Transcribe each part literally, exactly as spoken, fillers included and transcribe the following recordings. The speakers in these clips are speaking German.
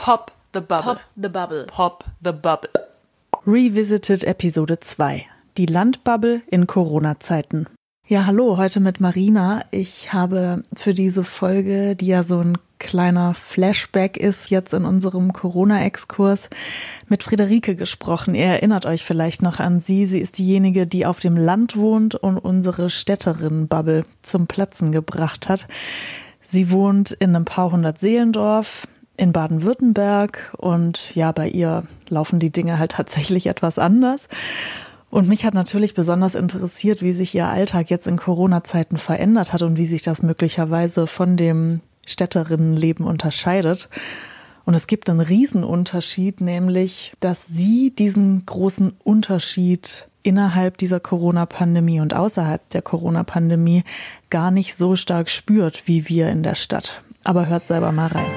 Pop the Bubble. Pop the Bubble. Pop the Bubble. Revisited Episode zwei. Die Landbubble in Corona-Zeiten. Ja, hallo, heute mit Marina. Ich habe für diese Folge, die ja so ein kleiner Flashback ist, jetzt in unserem Corona-Exkurs, mit Friederike gesprochen. Ihr erinnert euch vielleicht noch an sie. Sie ist diejenige, die auf dem Land wohnt und unsere Städterinnen-Bubble zum Platzen gebracht hat. Sie wohnt in einem paar hundert Seelendorf in Baden-Württemberg und ja, bei ihr laufen die Dinge halt tatsächlich etwas anders. Und mich hat natürlich besonders interessiert, wie sich ihr Alltag jetzt in Corona-Zeiten verändert hat und wie sich das möglicherweise von dem Städterinnenleben unterscheidet. Und es gibt einen Riesenunterschied, nämlich, dass sie diesen großen Unterschied innerhalb dieser Corona-Pandemie und außerhalb der Corona-Pandemie gar nicht so stark spürt wie wir in der Stadt. Aber hört selber mal rein.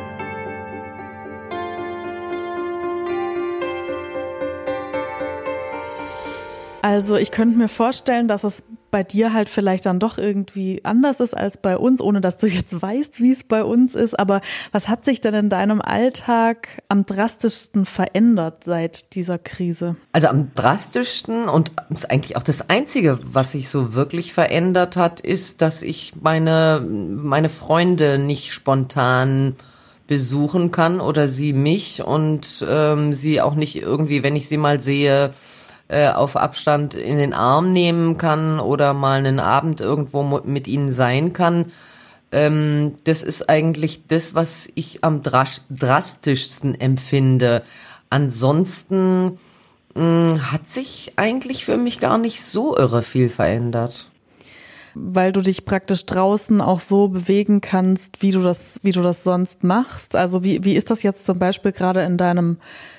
Also ich könnte mir vorstellen, dass es bei dir halt vielleicht dann doch irgendwie anders ist als bei uns, ohne dass du jetzt weißt, wie es bei uns ist. Aber was hat sich denn in deinem Alltag am drastischsten verändert seit dieser Krise? Also am drastischsten und ist eigentlich auch das Einzige, was sich so wirklich verändert hat, ist, dass ich meine, meine Freunde nicht spontan besuchen kann oder sie mich und ähm, sie auch nicht irgendwie, wenn ich sie mal sehe, auf Abstand in den Arm nehmen kann oder mal einen Abend irgendwo mit ihnen sein kann. Ähm, das ist eigentlich das, was ich am drastischsten empfinde. Ansonsten mh, hat sich eigentlich für mich gar nicht so irre viel verändert. Weil du dich praktisch draußen auch so bewegen kannst, wie du das, wie du das sonst machst. Also wie, wie ist das jetzt zum Beispiel gerade in deinem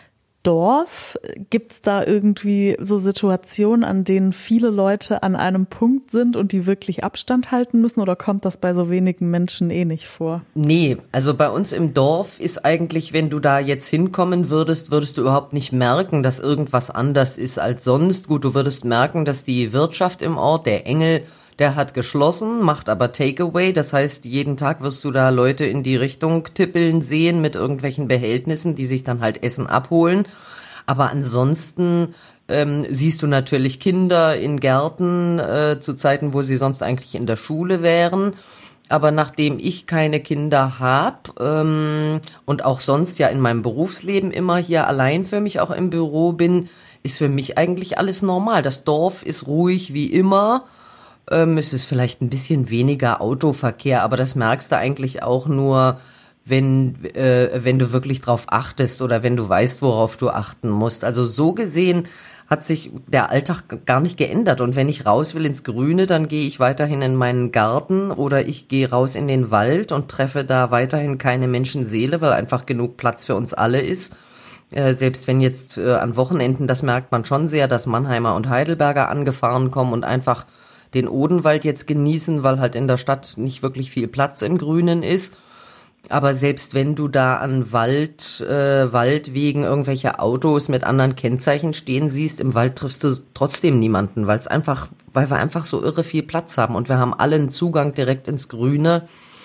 Dorf? Gibt's da irgendwie so Situationen, an denen viele Leute an einem Punkt sind und die wirklich Abstand halten müssen, oder kommt das bei so wenigen Menschen eh nicht vor? Nee, also bei uns im Dorf ist eigentlich, wenn du da jetzt hinkommen würdest, würdest du überhaupt nicht merken, dass irgendwas anders ist als sonst. Gut, du würdest merken, dass die Wirtschaft im Ort, der Engel, der hat geschlossen, macht aber Takeaway. Das heißt, jeden Tag wirst du da Leute in die Richtung tippeln sehen mit irgendwelchen Behältnissen, die sich dann halt Essen abholen. Aber ansonsten ähm, siehst du natürlich Kinder in Gärten äh, zu Zeiten, wo sie sonst eigentlich in der Schule wären. Aber nachdem ich keine Kinder habe ähm, und auch sonst ja in meinem Berufsleben immer hier allein für mich auch im Büro bin, ist für mich eigentlich alles normal. Das Dorf ist ruhig wie immer. Ähm, es ist vielleicht ein bisschen weniger Autoverkehr, aber das merkst du eigentlich auch nur, wenn äh, wenn du wirklich drauf achtest oder wenn du weißt, worauf du achten musst. Also so gesehen hat sich der Alltag gar nicht geändert. Und wenn ich raus will ins Grüne, dann gehe ich weiterhin in meinen Garten oder ich gehe raus in den Wald und treffe da weiterhin keine Menschenseele, weil einfach genug Platz für uns alle ist. Äh, selbst wenn jetzt äh, an Wochenenden, das merkt man schon sehr, dass Mannheimer und Heidelberger angefahren kommen und einfach den Odenwald jetzt genießen, weil halt in der Stadt nicht wirklich viel Platz im Grünen ist. Aber selbst wenn du da an Wald, äh, Waldwegen irgendwelche Autos mit anderen Kennzeichen stehen siehst, im Wald triffst du trotzdem niemanden, weil es einfach, weil wir einfach so irre viel Platz haben und wir haben alle einen Zugang direkt ins Grüne.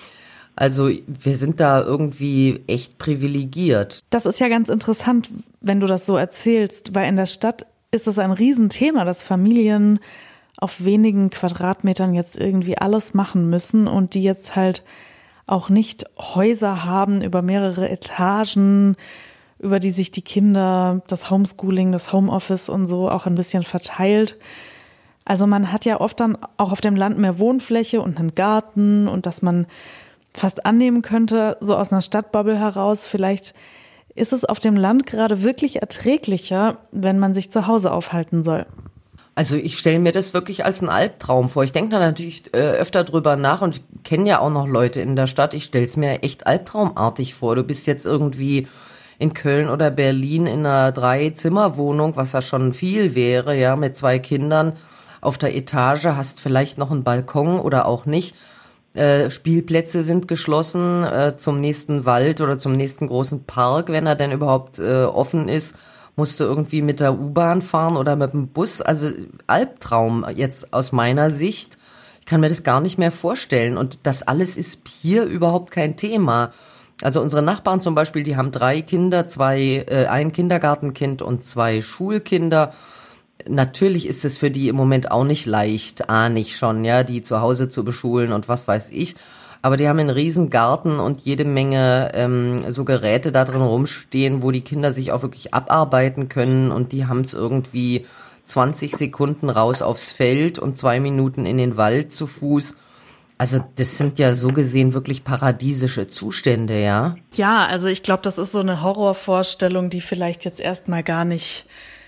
Also wir sind da irgendwie echt privilegiert. Das ist ja ganz interessant, wenn du das so erzählst, weil in der Stadt ist es ein Riesenthema, dass Familien auf wenigen Quadratmetern jetzt irgendwie alles machen müssen und die jetzt halt auch nicht Häuser haben über mehrere Etagen, über die sich die Kinder, das Homeschooling, das Homeoffice und so auch ein bisschen verteilt. Also man hat ja oft dann auch auf dem Land mehr Wohnfläche und einen Garten und dass man fast annehmen könnte, so aus einer Stadtbubble heraus, vielleicht ist es auf dem Land gerade wirklich erträglicher, wenn man sich zu Hause aufhalten soll. Also ich stelle mir das wirklich als einen Albtraum vor. Ich denke da natürlich äh, öfter drüber nach und kenne ja auch noch Leute in der Stadt. Ich stelle es mir echt albtraumartig vor. Du bist jetzt irgendwie in Köln oder Berlin in einer Drei-Zimmer-Wohnung, was ja schon viel wäre, ja, mit zwei Kindern auf der Etage, hast vielleicht noch einen Balkon oder auch nicht. Äh, Spielplätze sind geschlossen äh, zum nächsten Wald oder zum nächsten großen Park, wenn er denn überhaupt äh, offen ist. Musste irgendwie mit der U-Bahn fahren oder mit dem Bus. Also Albtraum jetzt aus meiner Sicht. Ich kann mir das gar nicht mehr vorstellen. Und das alles ist hier überhaupt kein Thema. Also unsere Nachbarn zum Beispiel, die haben drei Kinder, zwei, äh, ein Kindergartenkind und zwei Schulkinder. Natürlich ist es für die im Moment auch nicht leicht, ahne ich schon, ja, die zu Hause zu beschulen und was weiß ich. Aber die haben einen riesen Garten und jede Menge ähm, so Geräte da drin rumstehen, wo die Kinder sich auch wirklich abarbeiten können, und die haben es irgendwie zwanzig Sekunden raus aufs Feld und zwei Minuten in den Wald zu Fuß. Also das sind ja so gesehen wirklich paradiesische Zustände, ja? Ja, also ich glaube, das ist so eine Horrorvorstellung, die vielleicht jetzt erstmal gar nicht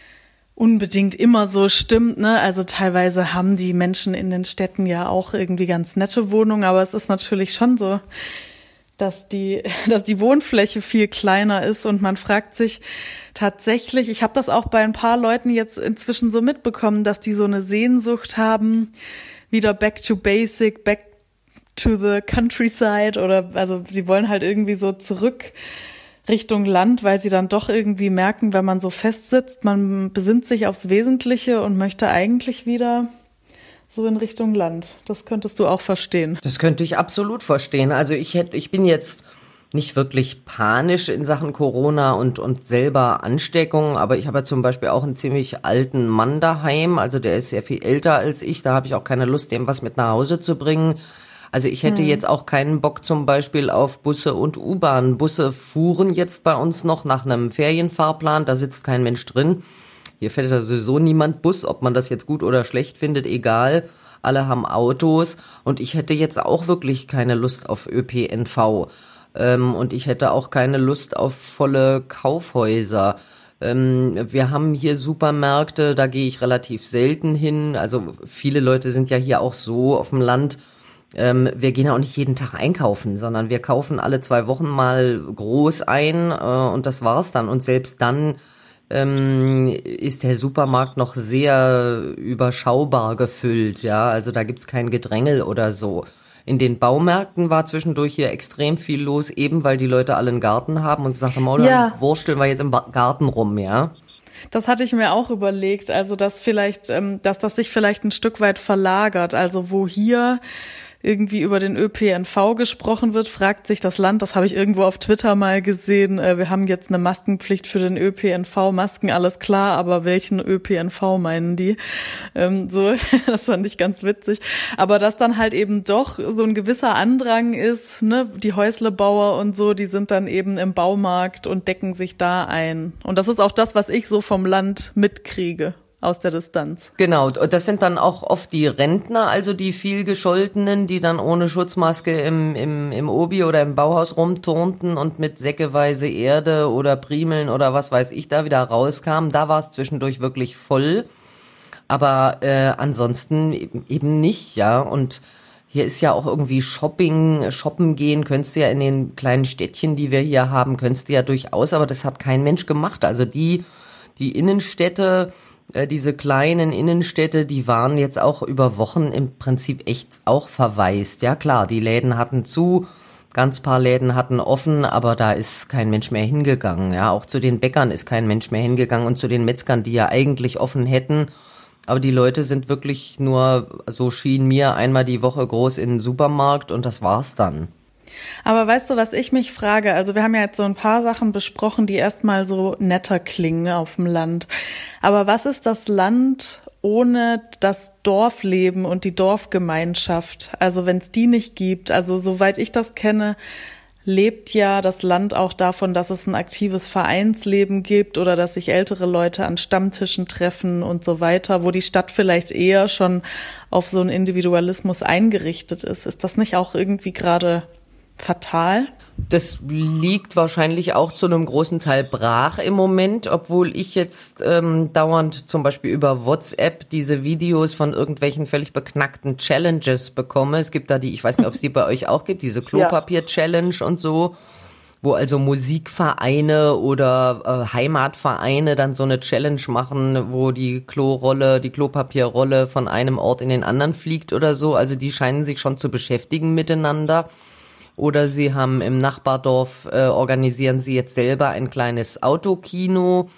unbedingt immer so stimmt, ne? Also teilweise haben die Menschen in den Städten ja auch irgendwie ganz nette Wohnungen, aber es ist natürlich schon so, dass die, dass die Wohnfläche viel kleiner ist, und man fragt sich tatsächlich, ich habe das auch bei ein paar Leuten jetzt inzwischen so mitbekommen, dass die so eine Sehnsucht haben, wieder back to basic, back to the countryside, oder also sie wollen halt irgendwie so zurück Richtung Land, weil sie dann doch irgendwie merken, wenn man so festsitzt, man besinnt sich aufs Wesentliche und möchte eigentlich wieder so in Richtung Land. Das könntest du auch verstehen. Das könnte ich absolut verstehen. Also ich hätte, ich bin jetzt nicht wirklich panisch in Sachen Corona und, und selber Ansteckung, aber ich habe ja zum Beispiel auch einen ziemlich alten Mann daheim, also der ist sehr viel älter als ich, da habe ich auch keine Lust, dem was mit nach Hause zu bringen. Also ich hätte hm. jetzt auch keinen Bock zum Beispiel auf Busse und U-Bahn. Busse fuhren jetzt bei uns noch nach einem Ferienfahrplan, da sitzt kein Mensch drin. Hier fährt ja sowieso niemand Bus, ob man das jetzt gut oder schlecht findet, egal. Alle haben Autos, und ich hätte jetzt auch wirklich keine Lust auf Ö P N V. Ähm, und ich hätte auch keine Lust auf volle Kaufhäuser. Ähm, wir haben hier Supermärkte, da gehe ich relativ selten hin. Also viele Leute sind ja hier auch so auf dem Land. Ähm, wir gehen ja auch nicht jeden Tag einkaufen, sondern wir kaufen alle zwei Wochen mal groß ein, äh, und das war's dann. Und selbst dann ähm, ist der Supermarkt noch sehr überschaubar gefüllt, ja. Also da gibt's kein Gedrängel oder so. In den Baumärkten war zwischendurch hier extrem viel los, eben weil die Leute alle einen Garten haben und gesagt haben, oh, ja. dann wursteln wir jetzt im Garten rum, ja. Das hatte ich mir auch überlegt, also dass vielleicht, ähm, dass das sich vielleicht ein Stück weit verlagert, also wo hier irgendwie über den Ö P N V gesprochen wird, fragt sich das Land, das habe ich irgendwo auf Twitter mal gesehen, äh, wir haben jetzt eine Maskenpflicht für den Ö P N V, Masken, alles klar, aber welchen Ö P N V meinen die? Ähm, so, das fand ich ganz witzig. Aber dass dann halt eben doch so ein gewisser Andrang ist, ne, die Häuslebauer und so, die sind dann eben im Baumarkt und decken sich da ein. Und das ist auch das, was ich so vom Land mitkriege. Aus der Distanz. Genau, das sind dann auch oft die Rentner, also die viel Gescholtenen, die dann ohne Schutzmaske im, im, im Obi oder im Bauhaus rumturnten und mit säckeweise Erde oder Primeln oder was weiß ich da wieder rauskamen. Da war es zwischendurch wirklich voll, aber äh, ansonsten eben nicht, ja. Und hier ist ja auch irgendwie Shopping, shoppen gehen, könntest du ja in den kleinen Städtchen, die wir hier haben, könntest du ja durchaus, aber das hat kein Mensch gemacht. Also die, die Innenstädte, diese kleinen Innenstädte, die waren jetzt auch über Wochen im Prinzip echt auch verwaist. Ja klar, die Läden hatten zu, ganz paar Läden hatten offen, aber da ist kein Mensch mehr hingegangen. Ja, auch zu den Bäckern ist kein Mensch mehr hingegangen und zu den Metzgern, die ja eigentlich offen hätten. Aber die Leute sind wirklich nur, so schien mir, einmal die Woche groß in den Supermarkt, und das war's dann. Aber weißt du, was ich mich frage? Also wir haben ja jetzt so ein paar Sachen besprochen, die erstmal so netter klingen auf dem Land. Aber was ist das Land ohne das Dorfleben und die Dorfgemeinschaft? Also wenn es die nicht gibt, also soweit ich das kenne, lebt ja das Land auch davon, dass es ein aktives Vereinsleben gibt oder dass sich ältere Leute an Stammtischen treffen und so weiter, wo die Stadt vielleicht eher schon auf so einen Individualismus eingerichtet ist. Ist das nicht auch irgendwie gerade fatal? Das liegt wahrscheinlich auch zu einem großen Teil brach im Moment, obwohl ich jetzt ähm, dauernd zum Beispiel über WhatsApp diese Videos von irgendwelchen völlig beknackten Challenges bekomme. Es gibt da die, ich weiß nicht, ob es die bei euch auch gibt, diese Klopapier-Challenge und so, wo also Musikvereine oder äh, Heimatvereine dann so eine Challenge machen, wo die Klorolle, die Klopapierrolle von einem Ort in den anderen fliegt oder so. Also die scheinen sich schon zu beschäftigen miteinander. Oder sie haben im Nachbardorf, äh, organisieren sie jetzt selber ein kleines Autokino.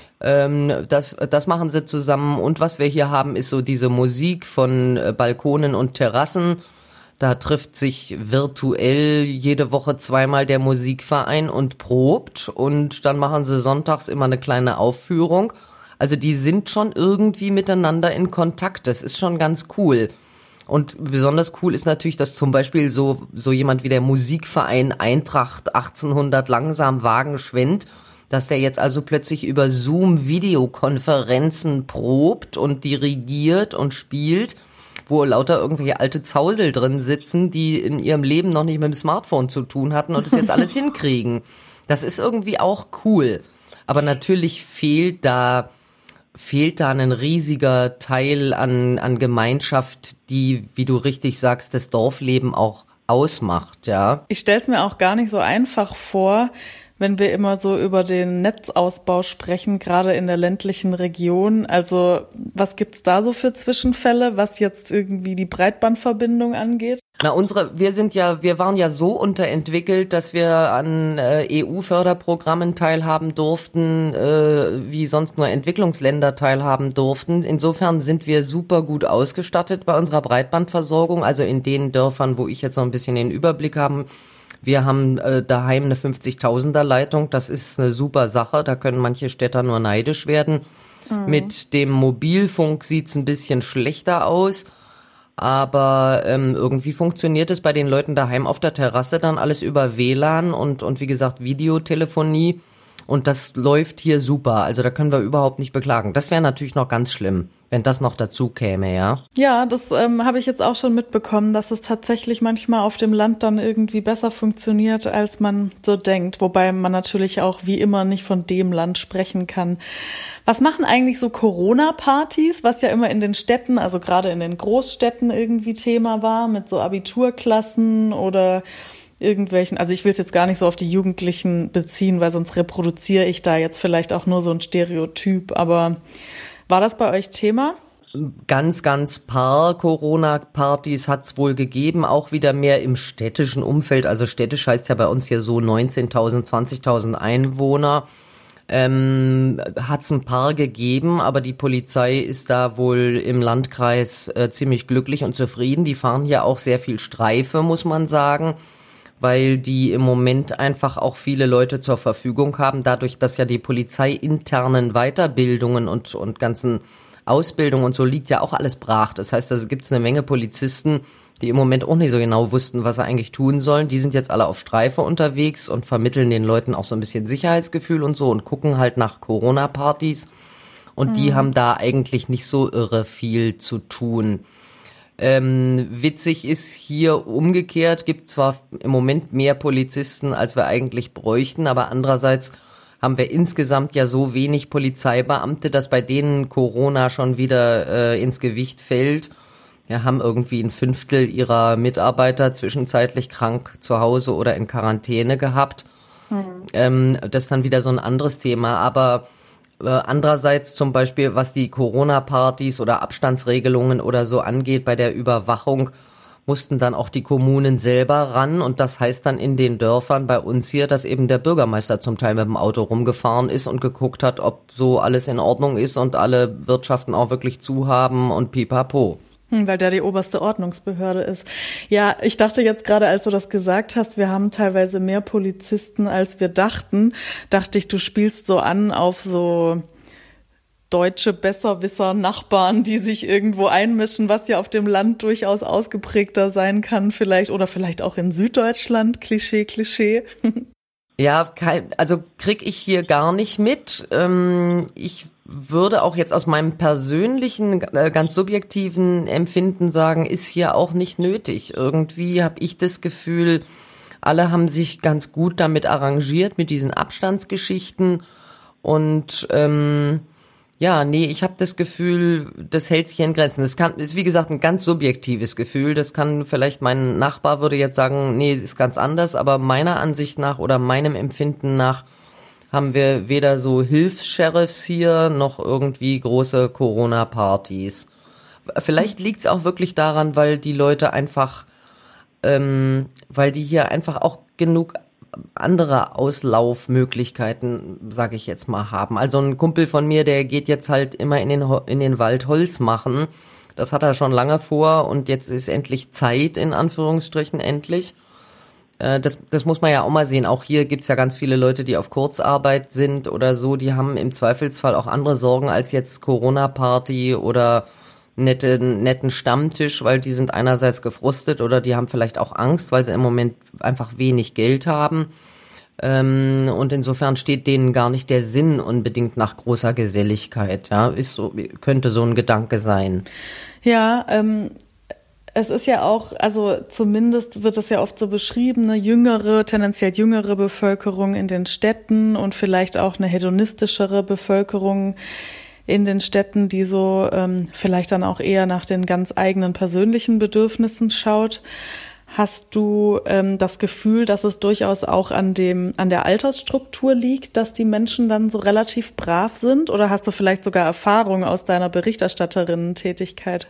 Ähm, das, das machen sie zusammen. Und was wir hier haben, ist so diese Musik von äh, Balkonen und Terrassen. Da trifft sich virtuell jede Woche zweimal der Musikverein und probt und dann machen sie sonntags immer eine kleine Aufführung. Also die sind schon irgendwie miteinander in Kontakt. Das ist schon ganz cool. Und besonders cool ist natürlich, dass zum Beispiel so so jemand wie der Musikverein Eintracht achtzehnhundert langsam Wagenschwendt, dass der jetzt also plötzlich über Zoom Videokonferenzen probt und dirigiert und spielt, wo lauter irgendwelche alte Zausel drin sitzen, die in ihrem Leben noch nicht mit dem Smartphone zu tun hatten und das jetzt alles hinkriegen. Das ist irgendwie auch cool. Aber natürlich fehlt da fehlt da ein riesiger Teil an an Gemeinschaft, die, wie du richtig sagst, das Dorfleben auch ausmacht, ja. Ich stell's mir auch gar nicht so einfach vor, wenn wir immer so über den Netzausbau sprechen, gerade in der ländlichen Region. Also was gibt's da so für Zwischenfälle, was jetzt irgendwie die Breitbandverbindung angeht? Na, unsere, wir sind ja, wir waren ja so unterentwickelt, dass wir an äh, E U-Förderprogrammen teilhaben durften, äh, wie sonst nur Entwicklungsländer teilhaben durften. Insofern sind wir super gut ausgestattet bei unserer Breitbandversorgung, also in den Dörfern, wo ich jetzt noch ein bisschen den Überblick habe. Wir haben äh, daheim eine fünfzigtausender Leitung, das ist eine super Sache, da können manche Städter nur neidisch werden. Mhm. Mit dem Mobilfunk sieht's ein bisschen schlechter aus, aber ähm, irgendwie funktioniert es bei den Leuten daheim auf der Terrasse dann alles über W L A N und und wie gesagt Videotelefonie und das läuft hier super, also da können wir überhaupt nicht beklagen. Das wäre natürlich noch ganz schlimm, wenn das noch dazu käme, ja. Ja, das ähm, habe ich jetzt auch schon mitbekommen, dass es tatsächlich manchmal auf dem Land dann irgendwie besser funktioniert, als man so denkt. Wobei man natürlich auch wie immer nicht von dem Land sprechen kann. Was machen eigentlich so Corona-Partys, was ja immer in den Städten, also gerade in den Großstädten irgendwie Thema war, mit so Abiturklassen oder irgendwelchen, also ich will es jetzt gar nicht so auf die Jugendlichen beziehen, weil sonst reproduziere ich da jetzt vielleicht auch nur so ein Stereotyp, aber war das bei euch Thema? Ganz, ganz paar Corona-Partys hat's wohl gegeben, auch wieder mehr im städtischen Umfeld. Also städtisch heißt ja bei uns hier so neunzehntausend, zwanzigtausend Einwohner. Ähm, hat's ein paar gegeben, aber die Polizei ist da wohl im Landkreis äh, ziemlich glücklich und zufrieden. Die fahren hier auch sehr viel Streife, muss man sagen, weil die im Moment einfach auch viele Leute zur Verfügung haben, dadurch, dass ja die Polizei internen Weiterbildungen und und ganzen Ausbildungen und so liegt ja auch alles brach. Das heißt, da gibt's eine Menge Polizisten, die im Moment auch nicht so genau wussten, was sie eigentlich tun sollen. Die sind jetzt alle auf Streife unterwegs und vermitteln den Leuten auch so ein bisschen Sicherheitsgefühl und so und gucken halt nach Corona-Partys. Und mhm. die haben da eigentlich nicht so irre viel zu tun. Ähm, witzig ist hier umgekehrt, gibt zwar im Moment mehr Polizisten, als wir eigentlich bräuchten, aber andererseits haben wir insgesamt ja so wenig Polizeibeamte, dass bei denen Corona schon wieder äh, ins Gewicht fällt. Wir haben irgendwie ein Fünftel ihrer Mitarbeiter zwischenzeitlich krank zu Hause oder in Quarantäne gehabt. Mhm. Ähm, das ist dann wieder so ein anderes Thema, aber andererseits zum Beispiel, was die Corona-Partys oder Abstandsregelungen oder so angeht, bei der Überwachung mussten dann auch die Kommunen selber ran und das heißt dann in den Dörfern bei uns hier, dass eben der Bürgermeister zum Teil mit dem Auto rumgefahren ist und geguckt hat, ob so alles in Ordnung ist und alle Wirtschaften auch wirklich zu haben und pipapo. Weil der die oberste Ordnungsbehörde ist. Ja, ich dachte jetzt gerade, als du das gesagt hast, wir haben teilweise mehr Polizisten, als wir dachten, dachte ich, du spielst so an auf so deutsche Besserwisser, Nachbarn, die sich irgendwo einmischen, was ja auf dem Land durchaus ausgeprägter sein kann vielleicht oder vielleicht auch in Süddeutschland, Klischee, Klischee. Ja, kein, also krieg ich hier gar nicht mit. Ähm, ich würde auch jetzt aus meinem persönlichen, äh, ganz subjektiven Empfinden sagen, ist hier auch nicht nötig. Irgendwie habe ich das Gefühl, alle haben sich ganz gut damit arrangiert, mit diesen Abstandsgeschichten. Und ähm, ja, nee, ich habe das Gefühl, das hält sich in Grenzen. Das kann, ist wie gesagt ein ganz subjektives Gefühl. Das kann vielleicht mein Nachbar würde jetzt sagen, nee, es ist ganz anders. Aber meiner Ansicht nach oder meinem Empfinden nach haben wir weder so Hilfs-Sheriffs hier noch irgendwie große Corona-Partys. Vielleicht liegt's auch wirklich daran, weil die Leute einfach, ähm, weil die hier einfach auch genug andere Auslaufmöglichkeiten, sage ich jetzt mal, haben. Also ein Kumpel von mir, der geht jetzt halt immer in den in den Wald Holz machen, Das hat er schon lange vor und jetzt ist endlich Zeit, in Anführungsstrichen endlich. Das, das muss man ja auch mal sehen. Auch hier gibt's ja ganz viele Leute, die auf Kurzarbeit sind oder so. Die haben im Zweifelsfall auch andere Sorgen als jetzt Corona-Party oder nette, netten Stammtisch, weil die sind einerseits gefrustet oder die haben vielleicht auch Angst, weil sie im Moment einfach wenig Geld haben. Ähm, und insofern steht denen gar nicht der Sinn unbedingt nach großer Geselligkeit. Ja, ist so, könnte so ein Gedanke sein. Ja, ähm, es ist ja auch, also zumindest wird es ja oft so beschrieben, eine jüngere, tendenziell jüngere Bevölkerung in den Städten und vielleicht auch eine hedonistischere Bevölkerung in den Städten, die so ähm, vielleicht dann auch eher nach den ganz eigenen persönlichen Bedürfnissen schaut. Hast du ähm, das Gefühl, dass es durchaus auch an dem an der Altersstruktur liegt, dass die Menschen dann so relativ brav sind? Oder hast du vielleicht sogar Erfahrung aus deiner Berichterstatterinnen-Tätigkeit?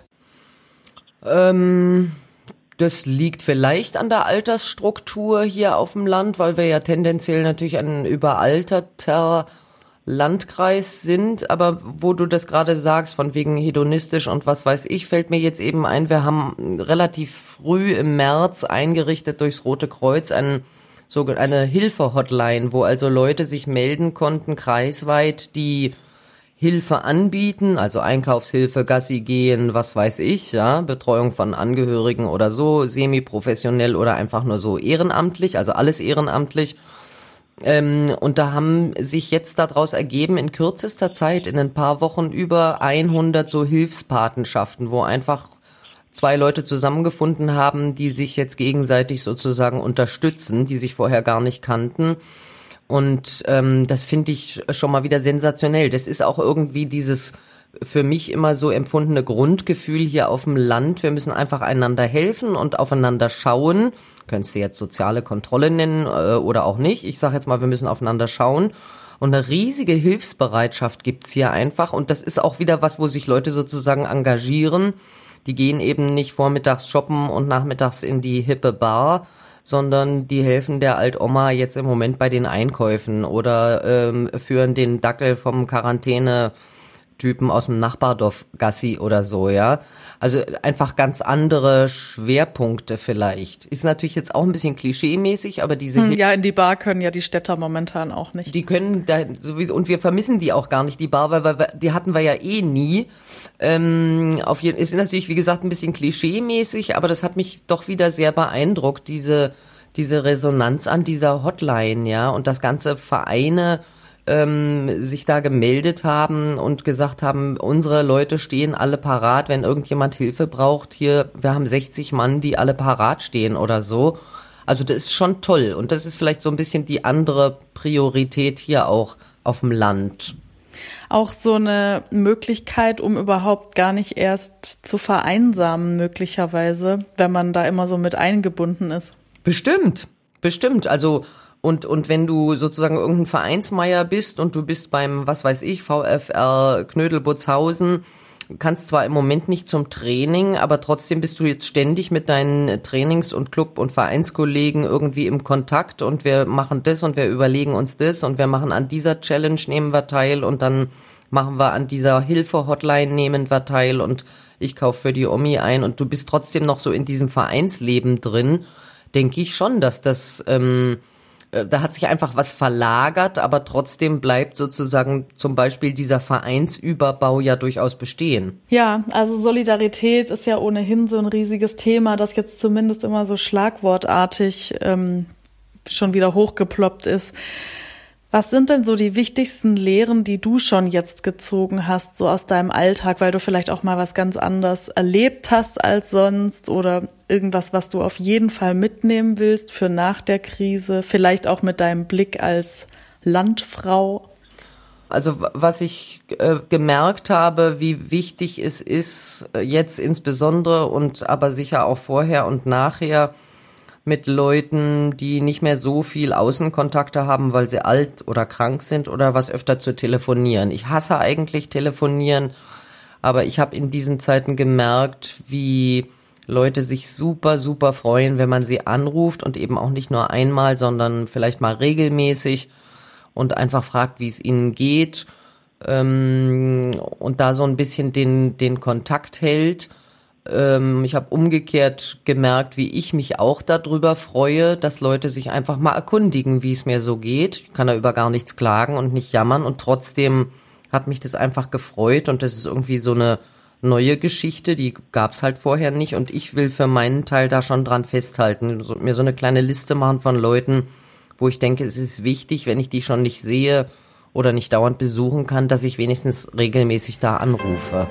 Ähm, das liegt vielleicht an der Altersstruktur hier auf dem Land, weil wir ja tendenziell natürlich ein überalterter Landkreis sind. Aber wo du das gerade sagst, von wegen hedonistisch und was weiß ich, fällt mir jetzt eben ein, wir haben relativ früh im März eingerichtet durchs Rote Kreuz ein, so eine Hilfe-Hotline, wo also Leute sich melden konnten, kreisweit, die Hilfe anbieten, also Einkaufshilfe, Gassi gehen, was weiß ich, ja, Betreuung von Angehörigen oder so, semi-professionell oder einfach nur so ehrenamtlich, also alles ehrenamtlich. Ähm, und da haben sich jetzt daraus ergeben, in kürzester Zeit, in ein paar Wochen, über hundert so Hilfspatenschaften, wo einfach zwei Leute zusammengefunden haben, die sich jetzt gegenseitig sozusagen unterstützen, die sich vorher gar nicht kannten. Und ähm, das finde ich schon mal wieder sensationell. Das ist auch irgendwie dieses für mich immer so empfundene Grundgefühl hier auf dem Land. Wir müssen einfach einander helfen und aufeinander schauen. Könntest du jetzt soziale Kontrolle nennen äh, oder auch nicht. Ich sage jetzt mal, wir müssen aufeinander schauen. Und eine riesige Hilfsbereitschaft gibt's hier einfach. Und das ist auch wieder was, wo sich Leute sozusagen engagieren. Die gehen eben nicht vormittags shoppen und nachmittags in die hippe Bar, sondern die helfen der Altoma jetzt im Moment bei den Einkäufen oder ähm, führen den Dackel vom Quarantäne-Typen aus dem Nachbardorf Gassi oder so, ja. Also einfach ganz andere Schwerpunkte vielleicht. Ist natürlich jetzt auch ein bisschen klischee-mäßig, aber diese... Hm, ja, in die Bar können ja die Städter momentan auch nicht. Die können da sowieso, und wir vermissen die auch gar nicht, die Bar, weil wir, die hatten wir ja eh nie. Ähm, auf jeden, ist natürlich, wie gesagt, ein bisschen klischee-mäßig, aber das hat mich doch wieder sehr beeindruckt, diese, diese Resonanz an dieser Hotline, ja, und das ganze Vereine ähm, sich da gemeldet haben und gesagt haben, unsere Leute stehen alle parat, wenn irgendjemand Hilfe braucht. Hier, wir haben sechzig Mann, die alle parat stehen oder so. Also das ist schon toll und das ist vielleicht so ein bisschen die andere Priorität hier auch auf dem Land. Auch so eine Möglichkeit, um überhaupt gar nicht erst zu vereinsamen, möglicherweise, wenn man da immer so mit eingebunden ist. Bestimmt, bestimmt. Also und und wenn du sozusagen irgendein Vereinsmeier bist und du bist beim, was weiß ich, VfR Knödelbutzhausen, kannst zwar im Moment nicht zum Training, aber trotzdem bist du jetzt ständig mit deinen Trainings- und Club- und Vereinskollegen irgendwie im Kontakt und wir machen das und wir überlegen uns das und wir machen an dieser Challenge, nehmen wir teil und dann machen wir an dieser Hilfe-Hotline, nehmen wir teil und ich kaufe für die Omi ein und du bist trotzdem noch so in diesem Vereinsleben drin, denke ich schon, dass das... Ähm, da hat sich einfach was verlagert, aber trotzdem bleibt sozusagen zum Beispiel dieser Vereinsüberbau ja durchaus bestehen. Ja, also Solidarität ist ja ohnehin so ein riesiges Thema, das jetzt zumindest immer so schlagwortartig ähm, schon wieder hochgeploppt ist. Was sind denn so die wichtigsten Lehren, die du schon jetzt gezogen hast, so aus deinem Alltag, weil du vielleicht auch mal was ganz anderes erlebt hast als sonst oder irgendwas, was du auf jeden Fall mitnehmen willst für nach der Krise, vielleicht auch mit deinem Blick als Landfrau? Also was ich äh, gemerkt habe, wie wichtig es ist, jetzt insbesondere und aber sicher auch vorher und nachher, mit Leuten, die nicht mehr so viel Außenkontakte haben, weil sie alt oder krank sind oder was öfter zu telefonieren. Ich hasse eigentlich telefonieren, aber ich habe in diesen Zeiten gemerkt, wie Leute sich super, super freuen, wenn man sie anruft und eben auch nicht nur einmal, sondern vielleicht mal regelmäßig und einfach fragt, wie es ihnen geht. ähm, und da so ein bisschen den, den Kontakt hält. Ähm, ich habe umgekehrt gemerkt, wie ich mich auch darüber freue, dass Leute sich einfach mal erkundigen, wie es mir so geht. Ich kann da über gar nichts klagen und nicht jammern und trotzdem hat mich das einfach gefreut und das ist irgendwie so eine neue Geschichte, die gab's halt vorher nicht und ich will für meinen Teil da schon dran festhalten, so, mir so eine kleine Liste machen von Leuten, wo ich denke, es ist wichtig, wenn ich die schon nicht sehe oder nicht dauernd besuchen kann, dass ich wenigstens regelmäßig da anrufe.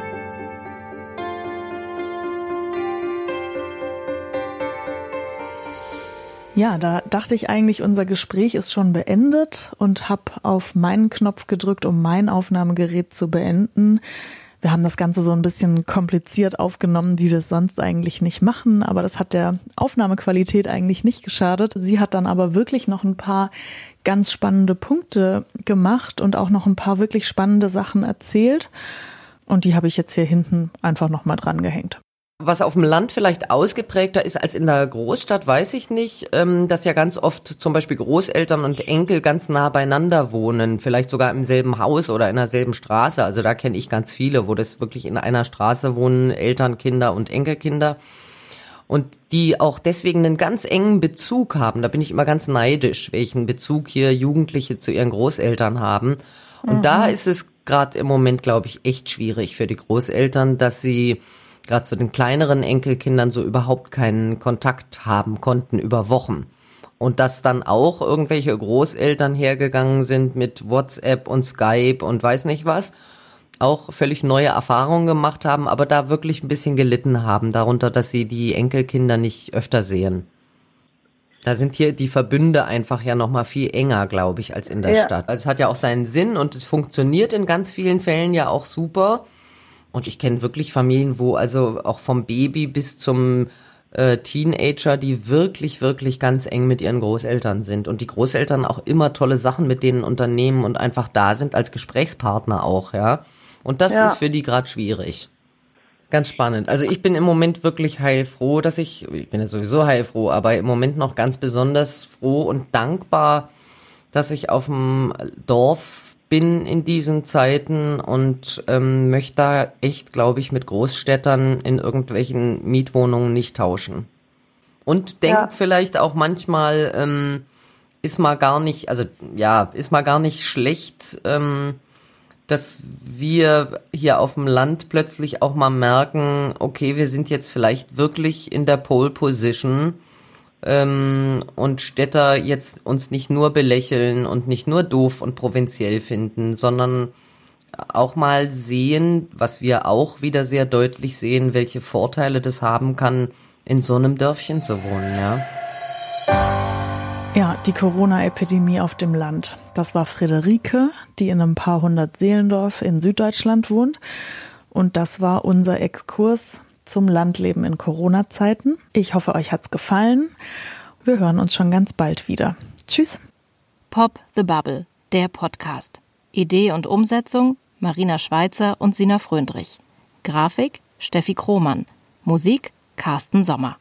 Ja, da dachte ich eigentlich, unser Gespräch ist schon beendet und habe auf meinen Knopf gedrückt, um mein Aufnahmegerät zu beenden. Wir haben das Ganze so ein bisschen kompliziert aufgenommen, wie wir es sonst eigentlich nicht machen, aber das hat der Aufnahmequalität eigentlich nicht geschadet. Sie hat dann aber wirklich noch ein paar ganz spannende Punkte gemacht und auch noch ein paar wirklich spannende Sachen erzählt und die habe ich jetzt hier hinten einfach nochmal dran gehängt. Was auf dem Land vielleicht ausgeprägter ist als in der Großstadt, weiß ich nicht, ähm, dass ja ganz oft zum Beispiel Großeltern und Enkel ganz nah beieinander wohnen, vielleicht sogar im selben Haus oder in derselben Straße. Also da kenne ich ganz viele, wo das wirklich in einer Straße wohnen, Eltern, Kinder und Enkelkinder. Und die auch deswegen einen ganz engen Bezug haben. Da bin ich immer ganz neidisch, welchen Bezug hier Jugendliche zu ihren Großeltern haben. Und mhm. da ist es gerade im Moment, glaube ich, echt schwierig für die Großeltern, dass sie gerade zu den kleineren Enkelkindern so überhaupt keinen Kontakt haben konnten über Wochen. Und dass dann auch irgendwelche Großeltern hergegangen sind mit WhatsApp und Skype und weiß nicht was, auch völlig neue Erfahrungen gemacht haben, aber da wirklich ein bisschen gelitten haben darunter, dass sie die Enkelkinder nicht öfter sehen. Da sind hier die Verbünde einfach ja noch mal viel enger, glaube ich, als in der ja. Stadt. Also es hat ja auch seinen Sinn und es funktioniert in ganz vielen Fällen ja auch super. Und ich kenne wirklich Familien, wo also auch vom Baby bis zum äh, Teenager, die wirklich, wirklich ganz eng mit ihren Großeltern sind. Und die Großeltern auch immer tolle Sachen mit denen unternehmen und einfach da sind als Gesprächspartner auch, ja. Und das ja. ist für die gerade schwierig. Ganz spannend. Also ich bin im Moment wirklich heilfroh, dass ich, ich bin ja sowieso heilfroh, aber im Moment noch ganz besonders froh und dankbar, dass ich auf dem Dorf bin in diesen Zeiten und ähm, möchte da echt, glaube ich, mit Großstädtern in irgendwelchen Mietwohnungen nicht tauschen. Und denke ja. vielleicht auch manchmal, ähm, ist mal gar nicht, also ja, ist mal gar nicht schlecht, ähm, dass wir hier auf dem Land plötzlich auch mal merken, okay, wir sind jetzt vielleicht wirklich in der Pole Position, Ähm, und Städter jetzt uns nicht nur belächeln und nicht nur doof und provinziell finden, sondern auch mal sehen, was wir auch wieder sehr deutlich sehen, welche Vorteile das haben kann, in so einem Dörfchen zu wohnen, ja. Ja, die Corona-Epidemie auf dem Land. Das war Friederike, die in einem paar hundert Seelendorf in Süddeutschland wohnt. Und das war unser Exkurs zum Landleben in Corona-Zeiten. Ich hoffe, euch hat's gefallen. Wir hören uns schon ganz bald wieder. Tschüss. Pop the Bubble, der Podcast. Idee und Umsetzung Marina Schweizer und Sina Fröndrich. Grafik Steffi Krohmann. Musik Carsten Sommer.